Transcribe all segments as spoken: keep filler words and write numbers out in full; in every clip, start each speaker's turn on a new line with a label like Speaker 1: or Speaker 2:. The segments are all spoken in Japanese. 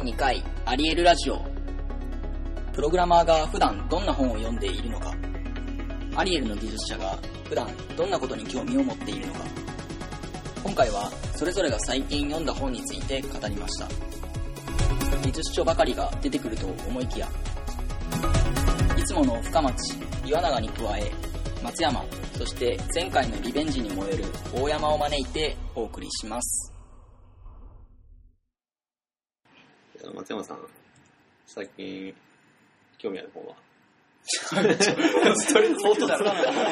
Speaker 1: にかいアリエルラジオ。プログラマーが普段どんな本を読んでいるのか、アリエルの技術者が普段どんなことに興味を持っているのか。今回はそれぞれが最近読んだ本について語りました。技術書ばかりが出てくると思いきや、いつもの深町、岩永に加え松山、そして前回のリベンジに燃える大山を招いてお送りします。
Speaker 2: 松山さん、最近興味ある本は
Speaker 1: ストレートだろ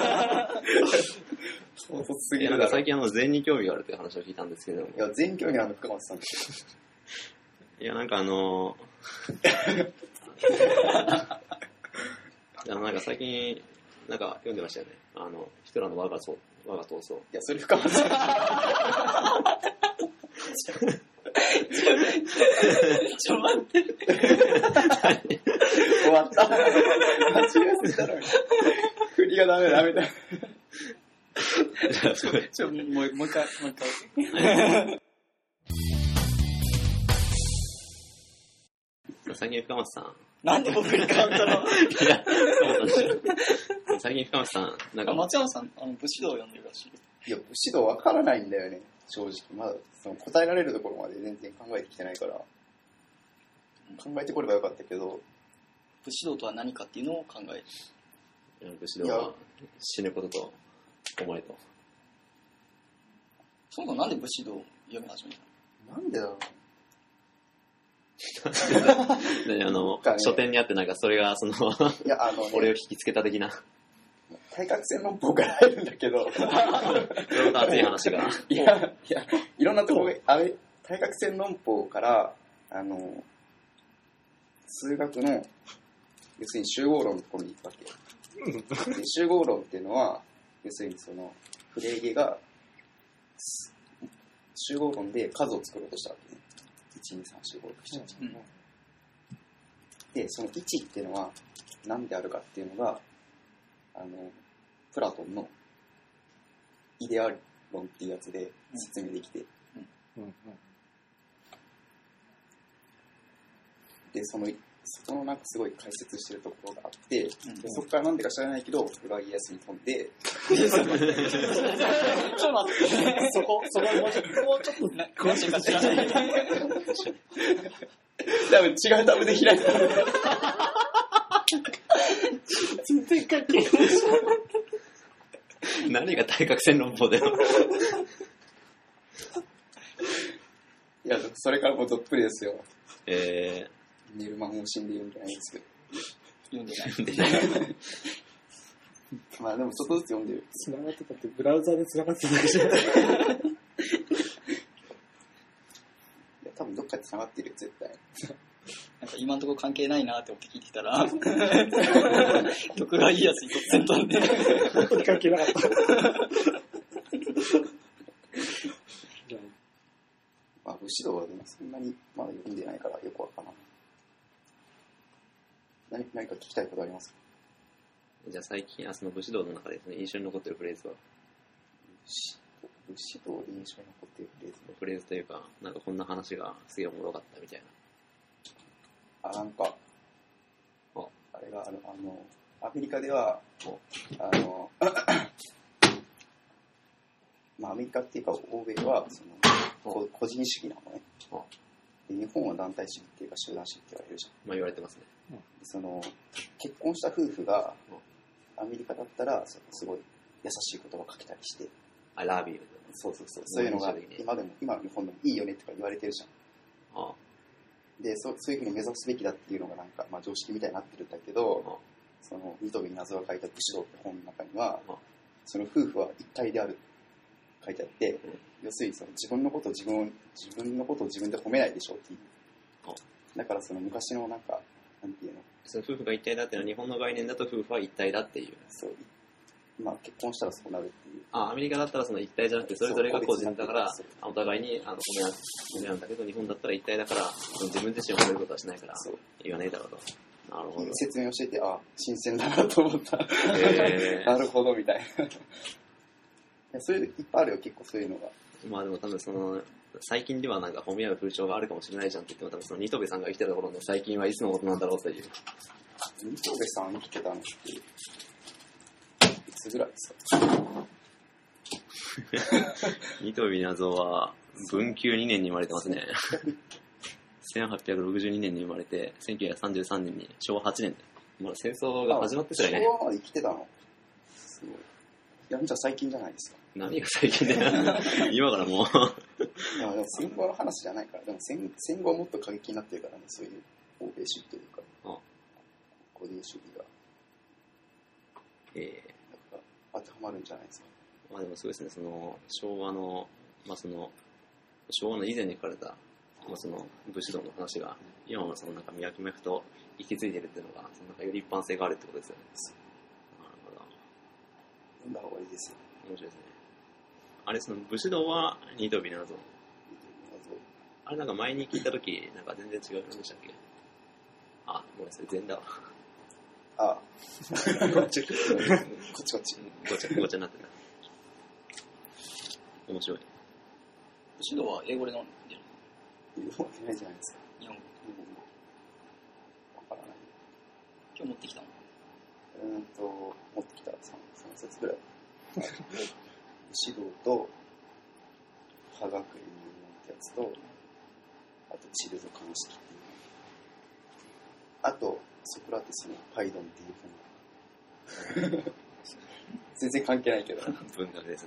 Speaker 3: 唐突すぎるだろ。
Speaker 2: 最近あの禅に興味があるという話を聞いたんですけれども。
Speaker 3: いや、禅に興味あるの深松さんです。
Speaker 2: いや、なんかあのいや、なんか最近なんか読んでましたよね。あのヒトラーの我がそう我が闘争。
Speaker 3: いや、それ深松さん
Speaker 1: ちょ待って
Speaker 3: 終わった間違えすぎたのに振りがダメダメだ
Speaker 1: ちょもうもう一回もう一回
Speaker 2: 最近深松さん
Speaker 1: なんで僕にカウントのいや
Speaker 2: 最近深松さんなんか
Speaker 1: 松山さんあの武士道を読んでるらしい。
Speaker 3: いや、武士道わからないんだよね、正直。まだその答えられるところまで全然考えてきてないから、考えてこればよかったけど。
Speaker 1: 武士道とは何かっていうのを考え
Speaker 2: る。武士道は死ぬことと思えと。
Speaker 1: そもそもなんで武士道を読み始めた
Speaker 3: の？なんでだろう
Speaker 2: であの、ね、書店にあってなんかそれがその
Speaker 3: いやあの、ね、
Speaker 2: 俺を引きつけた的な
Speaker 3: 対角線論法から入るんだけど
Speaker 2: それと熱い話が
Speaker 3: いやいやいろんなところあれ対角線論法からあの数学の要するに集合論のところに行くわけで集合論っていうのは要するにそのフレーゲが集合論で数を作ろうとしたわけね。いち、に、さん、よん、ご、ろく、なな、はち、きゅう、じゅう、で、そのいちっていうのは何であるかっていうのがあのプラトンのイデア論っていうやつで説明できて、うんうんうん、でそのそこのなんかすごい解説してるところがあって、うん、そこからなんでか知らないけど浦和家康に飛んでちょっと待ってそこそこもうちょっともうちょっと詳しいか知らないけど多分違うタブで開いた
Speaker 1: 全然関係ない
Speaker 2: 何が対角線論法だよ
Speaker 3: いやそれからもうどっぷりですよ。
Speaker 2: えー
Speaker 3: ネルマンを死んで読んでないんですけど
Speaker 1: 読んでない
Speaker 2: 読んでない
Speaker 3: まあでもちょっとずつ読んでる。
Speaker 4: 繋がってたってブラウザで繋がってたでしょいや
Speaker 3: 多分どっかで繋がってるよ絶対。
Speaker 1: なんか今のところ関係ないなって思って聞いてたら徳川家康に突然飛んで
Speaker 4: 本当に関係なかった
Speaker 3: まあ武士道はでもそんなにまだ読んでないからよくわからない。何, 何か聞きたいことありますか？
Speaker 2: じゃあ最近、あその武士道の中で、ね、印象に残ってるフレーズは
Speaker 3: 武士道で印象に残ってるフレーズ
Speaker 2: フレーズというか、なんかこんな話がすげえおもろかったみたい
Speaker 3: な。あ、なんか、あ, あれがあの、あの、アメリカでは、あの、まあアメリカっていうか欧米は、その、個人主義なのね。で日本は団体主義っていうか集団主義って言われるじゃん。
Speaker 2: まあ言われてますね。
Speaker 3: その結婚した夫婦がアメリカだったらすごい優しい言葉かけたりして
Speaker 2: I love you
Speaker 3: そうそうそうそういうのが今でも今の日本でもいいよねとか言われてるじゃん。ああで そ, そういうふうに目指すべきだっていうのがなんか、まあ、常識みたいになってるんだけど、ああその新渡戸謎が書いた武士道って本の中には、ああその夫婦は一体である書いてあって、うん、要するにその自分のことを自分自分のことを自分で褒めないでしょうっていう。ああだからその昔のなんかなんていうの
Speaker 2: その夫婦が一体だっていうのは日本の概念だと夫婦は一体だっていう。
Speaker 3: そう。まあ結婚したらそうなるっていう。
Speaker 2: あ、アメリカだったらその一体じゃなくてそれぞれが個人だからお互いにあの褒め合う褒め合うんだけど日本だったら一体だからその自分自身を褒めることはしないから言わないだろうと。なるほど。
Speaker 3: 説明をしててあ新鮮だなと思った。
Speaker 2: えー、
Speaker 3: なるほどみたいな。 それいっぱいあるよ、結構そういうのが。
Speaker 2: まあでも多分その、最近ではなんか褒め合う風潮があるかもしれないじゃんって言っても、多分その、ニトベさんが生きてた頃の最近はいつのことなんだろうという。
Speaker 3: ニトベさん生きてたのって、いつぐらいですか？
Speaker 2: ニトベ稲造は、文久にねんに生まれてますね。せんはっぴゃくろくじゅうにねんに生まれて、せんきゅうひゃくさんじゅうさんねんに、しょうわはちねんで。まだ戦争が始まってすらいね。
Speaker 3: 昭和まで生きてたの？すごい。いや、じゃあ最近じゃないですか。
Speaker 2: 何が最近だよ。今からもう。
Speaker 3: いや、でも戦後の話じゃないから、でも 戦, 戦後はもっと過激になってるからね、そういう欧米主義というか、
Speaker 2: あ
Speaker 3: 固定主義が。
Speaker 2: ええ
Speaker 3: ー、当てはまるんじゃないですか。
Speaker 2: まあでもそうですね、その、昭和の、まあその、昭和の以前に書かれた、まあその、武士道の話が、今のそのなんか脈々と引き継いでるっていうのが、そのなんかより一般性があるってことですよね。なるほど。
Speaker 3: 読んだ方がいいですよ。
Speaker 2: 面白いですね。あれ、その武士道はニトビナゾ。あれなんか前に聞いたとき、なんか全然違う何でしたっけ？あ、ごめんなさい、禅だわ。
Speaker 3: ああ。こっちこっち。こっち。
Speaker 2: ごちゃごちゃになってた。面白い。
Speaker 1: 武士道は英語で飲んでる？
Speaker 3: 言うわけないじゃないですか。
Speaker 1: 日本語。
Speaker 3: わからない。
Speaker 1: 今日持ってきたの？
Speaker 3: うーんと、持ってきたさんさつぐらい。武士道と、科学入門ってやつと、あと、チルド鑑識っていう。あと、ソクラテスのパイドンっていう本。全然関係ないけど。
Speaker 2: 文学ですね。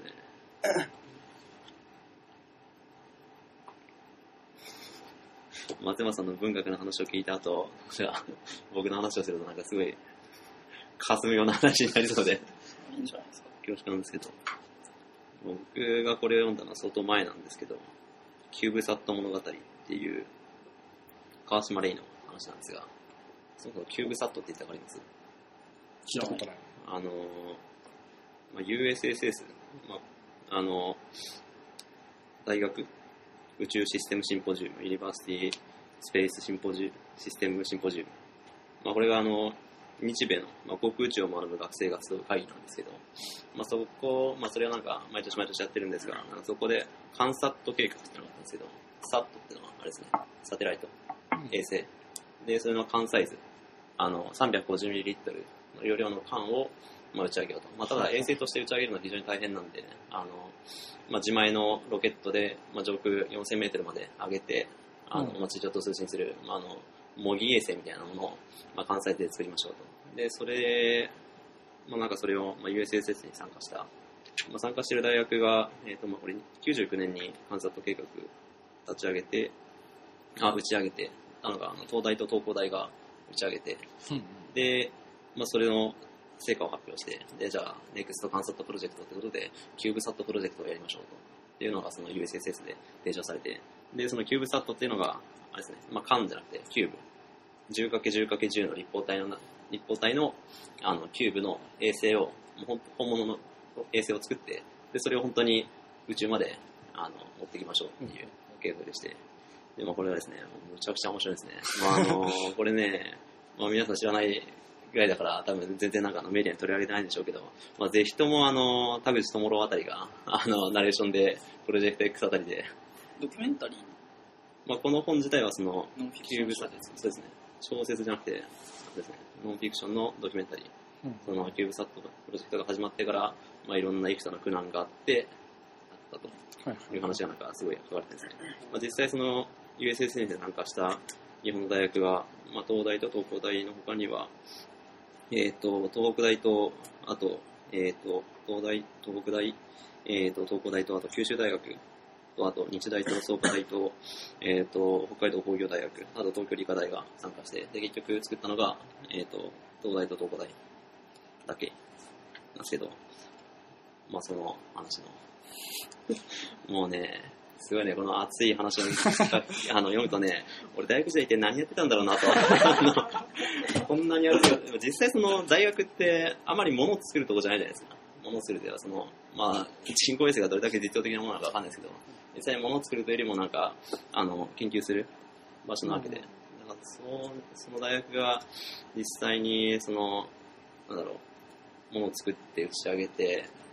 Speaker 2: 松山さんの文学の話を聞いた後、じゃあ僕の話をするとなんかすごい霞むような話になりそうで
Speaker 1: いいんじゃないですか。
Speaker 2: 恐縮なんですけど、僕がこれを読んだのは相当前なんですけど、キューブサット物語っていう川島レイの話なんですが、そもそもキューブサットって言ったらわかります？
Speaker 4: 聞いたことない。
Speaker 2: あの、まあ、ユーエスエスエス、まあ、あの、大学宇宙システムシンポジウム、ユニバーシティスペースシンポジウム、システムシンポジウム。まあ、これがあの、日米の、まあ、航空宇宙を学ぶ学生が集う会議なんですけど、まあ、そこ、まあ、それはなんか、毎年毎年やってるんですが、なんかそこで、カンサット計画っていうのがあったんですけど、サットっていうのは、あれですね、サテライト、衛星。で、それの缶サイズ、あの、さんびゃくごじゅうミリリットルの容量の缶を、まあ、打ち上げようと。まあ、ただ衛星として打ち上げるのは非常に大変なんで、あの、まあ、自前のロケットで、まあ、上空よんせんメートルまで上げて、あの、まあ、地上と通信する、まあ、あの、模擬衛星みたいなものを、まあ、関西で作りましょうと。で、それ、まあ、なんかそれを、まあ、ユーエスエスエス に参加した、まあ、参加している大学が、えっと、まあ、これ、きゅうじゅうきゅうねんにカンサット計画立ち上げて、あ、打ち上げて、たのが、あの東大と東工大が打ち上げて、で、まあ、それの成果を発表して、で、じゃあ、ネクストカンサットプロジェクトということで、キューブサットプロジェクトをやりましょうと。っていうのが、その ユーエスエスエス で提唱されて、で、そのキューブサットっていうのが、あれですね、まあ、缶じゃなくて、キューブ。じゅうかけるじゅうかけるじゅう の立方体の、立方体の、あの、キューブの衛星を、もう本物の衛星を作って、で、それを本当に宇宙まで、あの、持ってきましょうっていう計画でして、でもこれはですね、むちゃくちゃ面白いですね。まあ、あの、これね、まあ、皆さん知らないぐらいだから、多分全然なんかのメディアに取り上げてないんでしょうけど、まあ、ぜひともあの、田口智郎あたりが、あの、ナレーションで、プロジェクト X あたりで、
Speaker 1: ドキュメンタリー
Speaker 2: まあ、この本自体はその、
Speaker 1: ノンフィク
Speaker 2: キューブサット、そうですね、小説じゃなくて、そうですね、ノンフィクションのドキュメンタリー。うん、そのキューブサットプロジェクトが始まってから、まあ、いろんないくつかの苦難があって、あったという話がなんかすごい書かれてるんですね。まあ、実際その ユーエスエスエス で参加した日本の大学が、まあ、東大と東工大の他には、えっ、ー、と、東北大と、あと、えっ、ー、と、東大、東北大、えっ、ー、と、東工大と、あと九州大学と、あと日大と創価大と、えっ、と、北海道工業大学、あと東京理科大が参加して、で、結局作ったのが、えっ、と、東大と東工大だけなんですけど、まあその話の、もうね、すごいね、この熱い話をあの読むとね、俺大学時代って何やってたんだろうなと。こんなに熱い。実際その大学ってあまり物を作るとこじゃないじゃないですか。物を作るというのはその、まあ、人工衛星がどれだけ実用的なものなのかわかんないですけど、実際物を作るというよりもなんか、あの、研究する場所なわけで。だからその、その大学が実際にその、なんだろう、物を作って打ち上げて、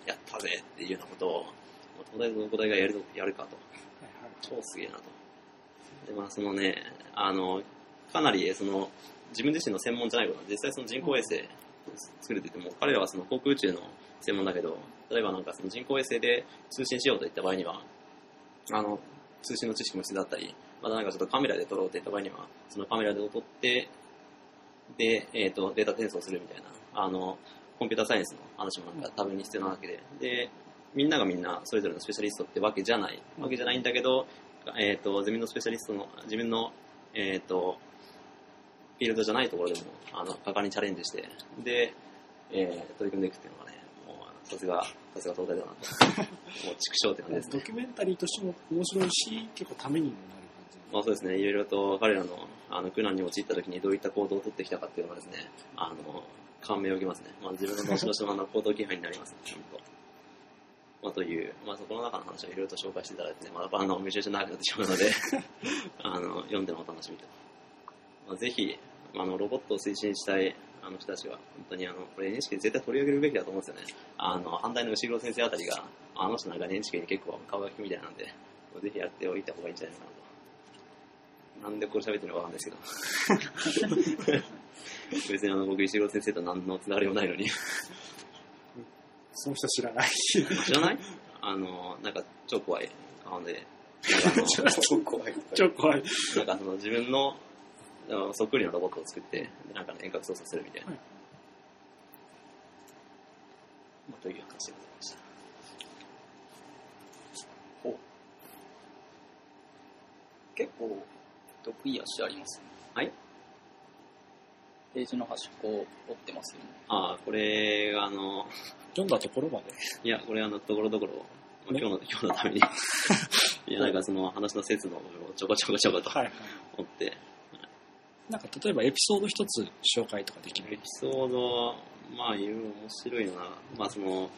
Speaker 2: やったぜっていうようなことを、東大と東大がやるやるかと。超すげえなと。で、まあそのね、あの、かなりその、自分自身の専門じゃないこと、実際その人工衛星作るって言っても、彼らはその航空宇宙の専門だけど、例えばなんかその人工衛星で通信しようといった場合には、あの、通信の知識も必要だったり、またなんかちょっとカメラで撮ろうっていった場合には、そのカメラで撮って、で、えっと、データ転送するみたいな、あの、コンピューターサイエンスの話もなんか多分に必要なわけで、で、みんながみんなそれぞれのスペシャリストってわけじゃない、わけじゃないんだけど、えっと、自分のスペシャリストの、自分の、えっと、フィールドじゃないところでも、あの、果敢にチャレンジして、で、えー、取り組んでいくっていうのがね、もう、さすが、さすが東大だなと。もう、畜生って感じですね。
Speaker 4: ドキュメンタリーとしても面白いし、結構ためにもなる感じ。
Speaker 2: まあそうですね、いろいろと彼らの、あの、苦難に陥った時にどういった行動を取ってきたかっていうのがですね、あの、感銘を受けますね。まあ自分の後々のあの行動規範になりますね、本当。まあという、まあそこの中の話をいろいろと紹介していただいてね、まだあの、めちゃめちゃ長くなってしまうので、あの、読んでのお楽しみと。まあ、ぜひ、あの、ロボットを推進したいあの人たちは、本当にあの、これ エヌエイチケー で絶対取り上げるべきだと思うんですよね。あの、反対の牛黒先生あたりが、あの人なんか エヌエイチケー に結構顔が利くみたいなんで、ぜひやっておいた方がいいんじゃないかなと。なんでこれ喋ってるのかわかんないですけど。別にあの、僕石黒先生と何のつながりもないのに。
Speaker 4: その人知らない。
Speaker 2: 知らない？あの、なんか超怖い顔で。
Speaker 3: 超怖い。
Speaker 4: 超怖い。
Speaker 2: なんかその自分のそっくりのロボットを作って、なんか、ね、遠隔操作するみたいな。はい、まあ、という話でございました。
Speaker 1: ほう。結構、得意足ありますね。
Speaker 2: はい。
Speaker 1: ページの端っこを折ってますよね。
Speaker 2: ああ、これがあの、
Speaker 4: 読んだところまで
Speaker 2: いや、これあの、ところどころ、まあ、今日の、今日のために、いや、なんかその話の説の部分をちょこちょこちょこと折って、はいはい、
Speaker 4: なんか例えばエピソード一つ紹介とかできる？
Speaker 2: エピソード、まあいろいろ面白いのは、まあその、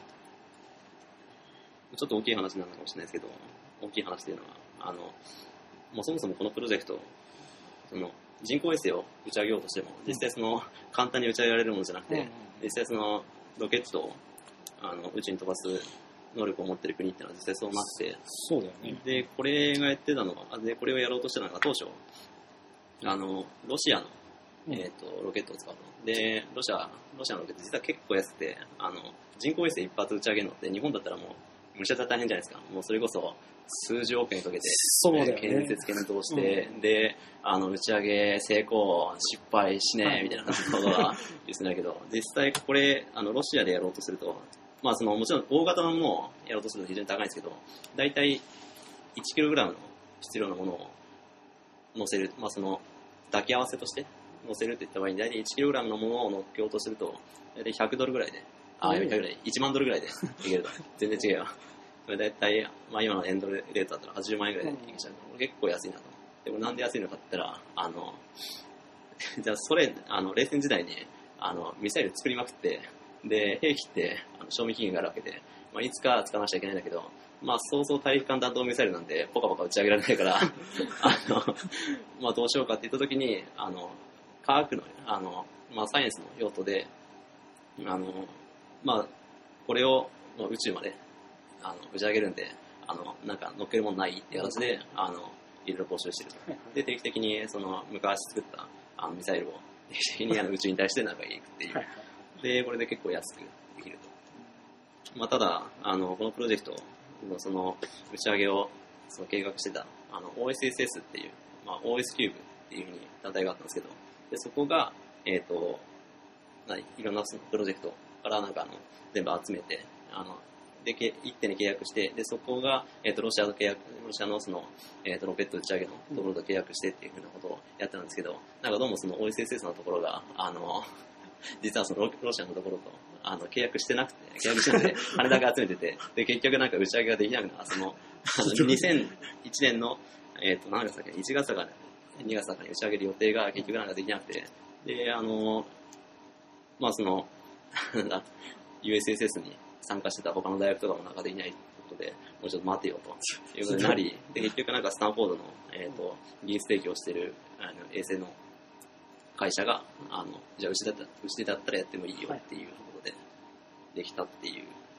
Speaker 2: ちょっと大きい話なのかもしれないですけど、大きい話っていうのは、あの、もうそもそもこのプロジェクト、その人工衛星を打ち上げようとしても、実際その簡単に打ち上げられるものじゃなくて、うんうん、実際そのロケットをあの宇宙に飛ばす能力を持っている国っていうのは実際そうなくて、
Speaker 4: そうだよね。
Speaker 2: で、これがやってたのは、で、これをやろうとしてたのが当初、あの、ロシアの、えっと、ロケットを使うの。で、ロシア、ロシアのロケット実は結構安くて、あの、人工衛星一発打ち上げるのって日本だったらもう、むしゃくちゃ大変じゃないですか。もうそれこそ、数十億円かけて、
Speaker 4: そうだよね、
Speaker 2: 建設検討して、うん、で、あの、打ち上げ成功、失敗しねえ、みたいなことが言ってないけど、実際これ、あの、ロシアでやろうとすると、まあその、もちろん大型のものをやろうとすると非常に高いんですけど、だいたいいちキログラムの質量のものを乗せる、まあその、抱き合わせとして乗せるって言った場合に、だいたいいちキログラムのものを乗っけようとすると、だいたいひゃくドルぐらいで、あ、ひゃくぐらい、いちまんドルぐらいでいけると。全然違うよ。それだいたい、まあ今のエンドレートだったらはちじゅうまんえんぐらいでいけちゃう。うん、結構安いなと。でもなんで安いのかって言ったら、あの、じゃあそれ、あの、冷戦時代に、あの、ミサイル作りまくって、で、兵器って、あの賞味期限があるわけで、まあいつか使わなきゃいけないんだけど、まあそうそう大陸間弾道ミサイルなんで、ポカポカ打ち上げられないから、あの、まあどうしようかって言った時に、あの、科学の、あの、まあサイエンスの用途で、あの、まあ、これを宇宙まで、あの、打ち上げるんで、あの、なんか乗っけるものないっていう形で、あの、いろいろ募集してると。で、定期的に、その、昔作った、あの、ミサイルを、定期的にあの宇宙に対してなんか行くっていう。で、これで結構安くできると。まあ、ただ、あの、このプロジェクトのその、打ち上げを、その計画してた、あの、オーエスエスエス っていう、まあ、オーエス キューブっていうふうに団体があったんですけど、で、そこが、えっと、いろんなそのプロジェクトからなんかあの、全部集めて、あの、で、一手に契約して、で、そこが、えっと、ロシアと契約、ロシアのその、えっと、ロケット打ち上げのところと契約してっていうふうなことをやってたんですけど、なんかどうもその オーエスエスエス のところが、あの、実はそのロ、ロシアのところと、あの、契約してなくて、契約してなくて、金だけ集めてて、で、結局なんか打ち上げができなくなった、その、あの、にせんいちねんの、えっと、何月だっけ、いちがつだかにがつだかに打ち上げる予定が結局なんかできなくて、で、あの、まあその、ユーエスエスエス に参加してた他の大学とかもなんかできないことで、もうちょっと待てよということになり、で、結局なんかスタンフォードの、えっと、技術提供してる、あの、衛星の会社が、あの、じゃあうちだったら、うちだったらやってもいいよっていうところで、できたっていう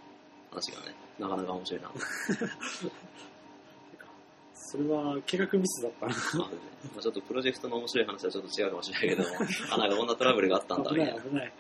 Speaker 2: 話がね、なかなか面白いな。
Speaker 4: それは計画ミスだったな。
Speaker 2: まあね、まあ、ちょっとプロジェクトの面白い話はちょっと違うかもしれないけども、あ、なんかこんなトラブルがあったんだみたいな。
Speaker 4: 危ない、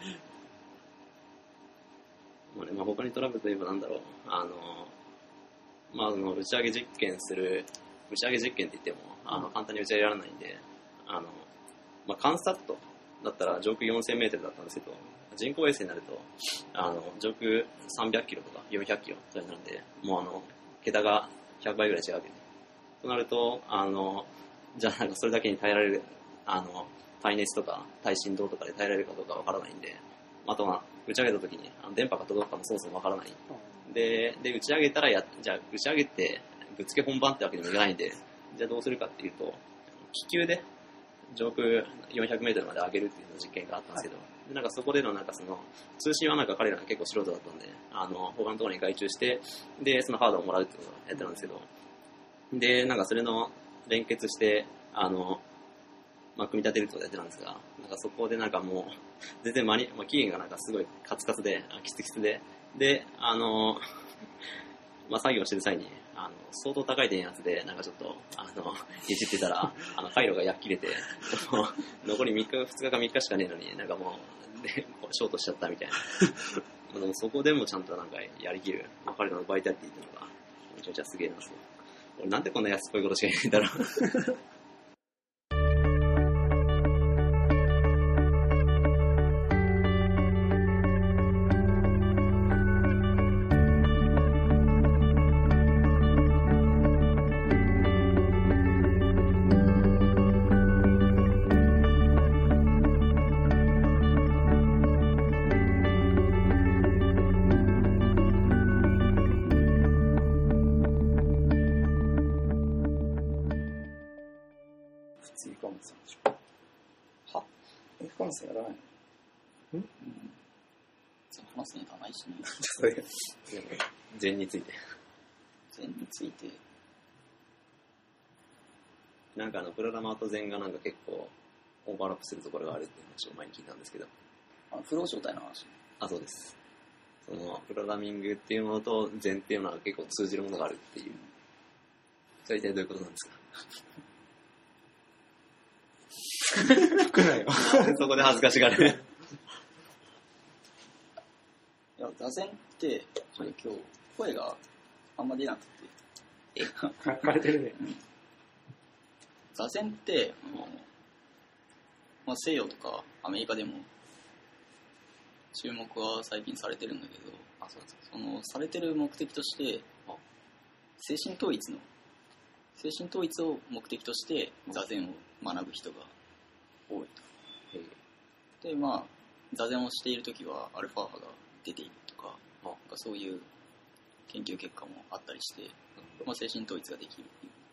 Speaker 2: まあね、まあ、他にトラブルといえばなんだろう。あの、まあ、あの、打ち上げ実験する、打ち上げ実験って言っても、あの、簡単に打ち上げられないんで、あの、まあ、カンサットだったら上空よんせんメートルだったんですけど、人工衛星になると、あの、上空さんびゃくキロとかよんひゃくキロとかになるんで、もうあの、桁がひゃくばいぐらい違うわけで。となると、あの、じゃあなんかそれだけに耐えられる、あの、耐熱とか耐振動とかで耐えられるかどうかわからないんで、あとは打ち上げた時にあの電波が届くかもそもそもわからない。で、で、打ち上げたらや、じゃあ打ち上げてぶっつけ本番ってわけにもいかないんで、じゃあどうするかっていうと、気球で上空よんひゃくメートルまで上げるっていうの実験があったんですけど、はい、でなんかそこでのなんかその通信はなんか彼らが結構素人だったんで、あの他のところに外注して、でそのハードをもらうっていうのをやってたんですけど、でなんかそれの連結してあの、まあ、組み立てるってことをやってたんですが、なんかそこでなんかもう全然間に、まあ、期限がなんかすごいカツカツでキツキツで、であのまあ作業してる際にあの相当高い電圧でなんかちょっとあのいじってたらあの回路が焼き切れて残りみっかふつかかみっかしかねえのになんかもうでショートしちゃったみたいな。でもそこでもちゃんとなんかやりきる、まあ、彼らのバイタリティっていうのがめちゃめちゃすげえな。そう俺なんでこんな安っぽいことしか言えないんだろう。
Speaker 3: やらないの？ん？
Speaker 1: 話すネタないしね。
Speaker 3: それ
Speaker 2: 禅について。
Speaker 1: 禅について。
Speaker 2: なんかあのプログラマーと禅がなんか結構オーバーラップするところがあるっていう話を前に聞いたんですけど。
Speaker 1: あ、フロー状態の話。
Speaker 2: あ、そうです。そのプログラミングっていうものと禅っていうのは結構通じるものがあるっていう。それ一体どういうことなんですか？
Speaker 4: くないよ。
Speaker 2: そこで恥ずかしがる。
Speaker 1: いや、座禅って、今日、声があんま出なくて。
Speaker 2: え
Speaker 4: 枯れてるね。
Speaker 1: 座禅って、あのまあ、西洋とかアメリカでも注目は最近されてるんだけど、
Speaker 2: あ、そうですか。
Speaker 1: その、されてる目的として、精神統一の、精神統一を目的として座禅を学ぶ人が多いと。で、まあ、座禅をしているときはアルファ波が出ているとか、なんかそういう研究結果もあったりして、まあ、精神統一ができる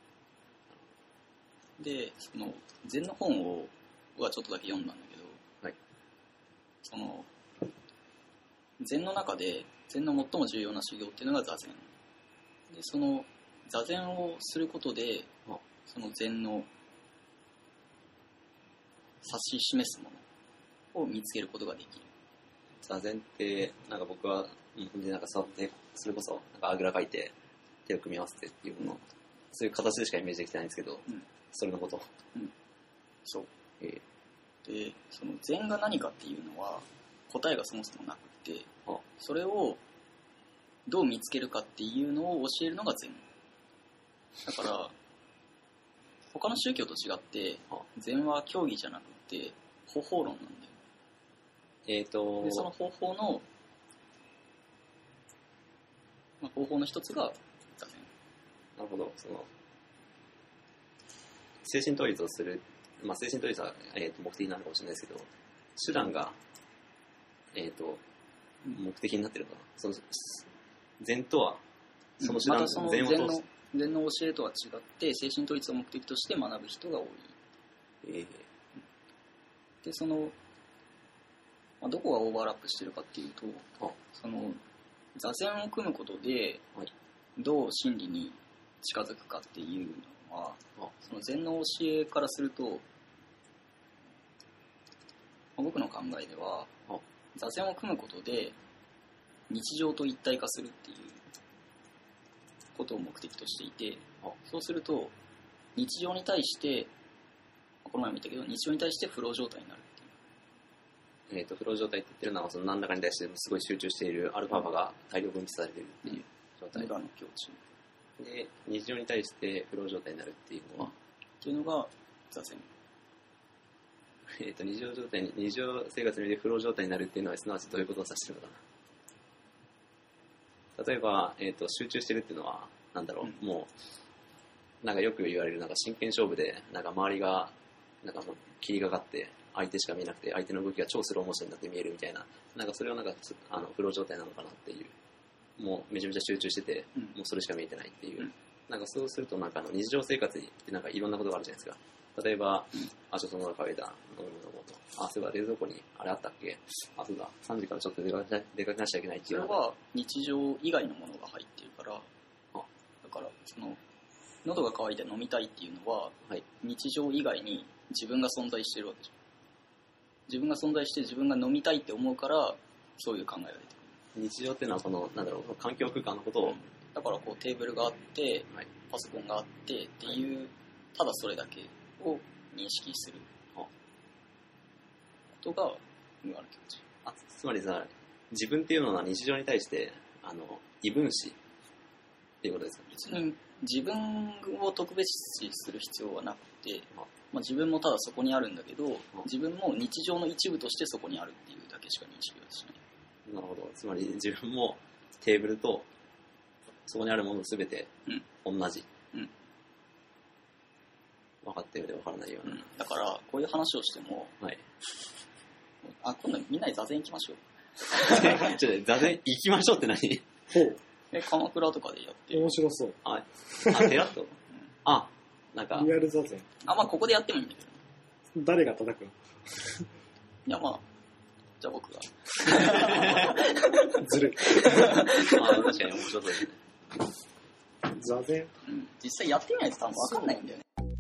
Speaker 1: っていう。で、その禅の本をはちょっとだけ読んだんだけど、
Speaker 2: はい、
Speaker 1: その禅の中で禅の最も重要な修行っていうのが座禅。で、その座禅をすることで、その禅の指し示すものを見つけることができる。
Speaker 2: 座禅ってなんか僕は本当になんか座ってそれこそなんかあぐらかいて手を組み合わせてっていうの、うん、そういう形でしかイメージできてないんですけど、うん、それのこと。
Speaker 1: うん、そう。
Speaker 2: え
Speaker 1: ー、で、その禅が何かっていうのは答えがそもそもなくて、それをどう見つけるかっていうのを教えるのが禅。だから他の宗教と違って禅は教義じゃなくて方法論なんだよ。
Speaker 2: えーと
Speaker 1: でその方法の、まあ、方法の一つが座禅。
Speaker 2: なるほど。その精神統一をする、まあ、精神統一は、えー、と目的になるかもしれないですけど、手段が、えー、と目的になってるのかな。その禅とはその手段、
Speaker 1: またその禅の禅の教えとは違って精神統一を目的として学ぶ人が多い。
Speaker 2: えー、
Speaker 1: でその、まあ、どこがオーバーラップしてるかっていうと、その座禅を組むことでどう真理に近づくかっていうのは、その禅の教えからすると、まあ、僕の考えでは座禅を組むことで日常と一体化するっていうことを目的としていて、そうすると日常に対してこの前も言ったけど日常に対してフロー状態になるっていう。
Speaker 2: えっとフロー状態って言ってるのはその何らかに対してすごい集中しているアルファ波が大量分泌されているっていう状態。
Speaker 1: 無我の境地
Speaker 2: で日常に対してフロー状態になるっていうのは、
Speaker 1: っていうのが座禅。
Speaker 2: えっと日常状態に日常生活においてフロー状態になるっていうのはすなわちどういうことを指してるのかな。例えば、えー、と集中してるっていうのはなんだろう、うん、もうなんかよく言われるなんか真剣勝負でなんか周りがなんかもう霧がかって相手しか見えなくて相手の動きが超スローモーションになって見えるみたいな、なんかそれはなんかあのフロー状態なのかなっていう、もうめちゃめちゃ集中してて、うん、もうそれしか見えてないっていう、うん、なんかそうするとなんかあの日常生活になんかいろんなことがあるじゃないですか。例えば、うん、あ、ちょっと喉乾いた、飲む飲もうと。あ、そういえば冷蔵庫にあれあったっけ？あ、そうだ、さんじからちょっと出かけ出かけなきゃいけないっていうの
Speaker 1: は。それは日常以外のものが入ってるから、あだから、その、喉が乾いて飲みたいっていうのは、はい、日常以外に自分が存在してるわけじゃん。自分が存在して自分が飲みたいって思うから、そういう考えが出てくる。
Speaker 2: 日常っていうのは、この、なんだろう、環境空間のことを。
Speaker 1: だから、こう、テーブルがあって、はい、パソコンがあってっていう、はい、ただそれだけを認識することが無我の境地。
Speaker 2: あ、つまりさ、自分っていうのは日常に対してあの異分子っていうことですか？
Speaker 1: 別に自分を特別視する必要はなくて、まあ、自分もただそこにあるんだけど、自分も日常の一部としてそこにあるっていうだけしか認識はしない。
Speaker 2: なるほど。つまり自分もテーブルとそこにあるものすべて同じ。うんうん分かったようで分からないような、うん、
Speaker 1: だからこういう話をしても、はい、あ今度みんなで座禅行きましょう。
Speaker 2: ちょっと座禅行きましょうって何？
Speaker 4: ほう
Speaker 1: え鎌倉とかでやって
Speaker 4: 面白そう。
Speaker 2: ああテラッと、うん、あなんか
Speaker 4: リアル座禅。
Speaker 1: あまあここでやってもいいんだけど、
Speaker 4: 誰が叩くの？
Speaker 1: いやまあじゃあ僕が
Speaker 2: ずるい。あ確かに面白そうですね。
Speaker 4: 座禅、
Speaker 1: うん、実際やってみないと多分分かんないんだよね。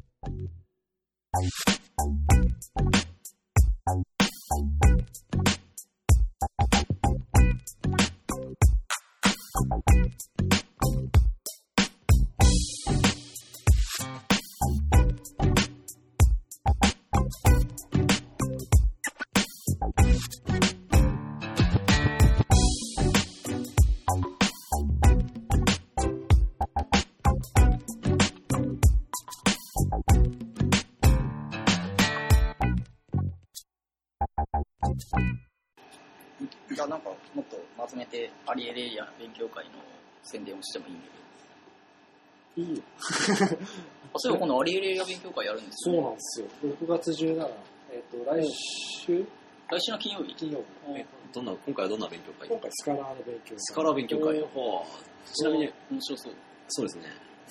Speaker 1: じゃあなんかもっとまとめてアリエルエリア勉強会の宣伝をしてもいいんだ
Speaker 4: けど。いいよ。
Speaker 1: あ、そういえば今度アリエルエリア勉強会やるんですよ、ね、
Speaker 4: そうなんですよ。ろくがつじゅうしちにち、えっ、ー、と来週
Speaker 1: 来週の金曜日
Speaker 4: 金曜日。
Speaker 2: えどんな今回はどんな勉強会？
Speaker 4: 今回スカラーの勉強会。
Speaker 2: スカラー勉強会。はあ。ちなみに
Speaker 1: 面白そう。
Speaker 2: そうですね。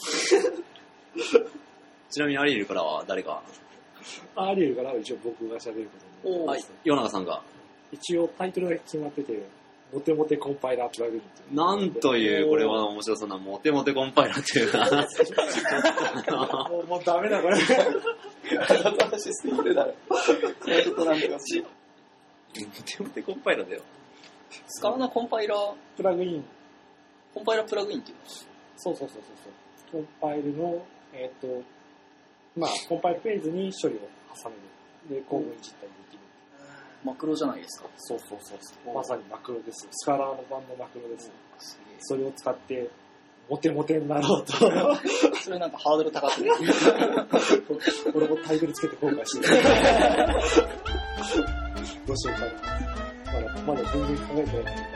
Speaker 2: ちなみにアリエルからは誰が？
Speaker 4: アリエルからは一応僕が喋ることになります。
Speaker 2: はい。岩永さんが。
Speaker 4: 一応タイトルが決まってて、モテモテコンパイラープラグインっていう。
Speaker 2: なんという、これは面白そうな、モテモテコンパイラーっていうな。
Speaker 4: もう、もうダメだ、これ。
Speaker 3: 話すぎるだろ。ちょっとなんとかしよ
Speaker 2: う。モテモテコンパイラーだよ。
Speaker 1: スカラのコンパイラー
Speaker 4: プラグイン。
Speaker 1: コンパイラープラグインっていうの？
Speaker 4: そうそうそうそう。コンパイルの、えっ、ー、と、まあ、コンパイルフェーズに処理を挟める。で、コードいじったりできる。
Speaker 1: マクロじゃないですか。
Speaker 4: そうそうそうそう。まさにマクロです。スカラーの版のマクロです。すそれを使って、モテモテになろうと。
Speaker 1: それなんかハードル高くて。
Speaker 4: 俺もタイトルつけて後悔してる。どうしようかな。まだ、まだ全然考えてない。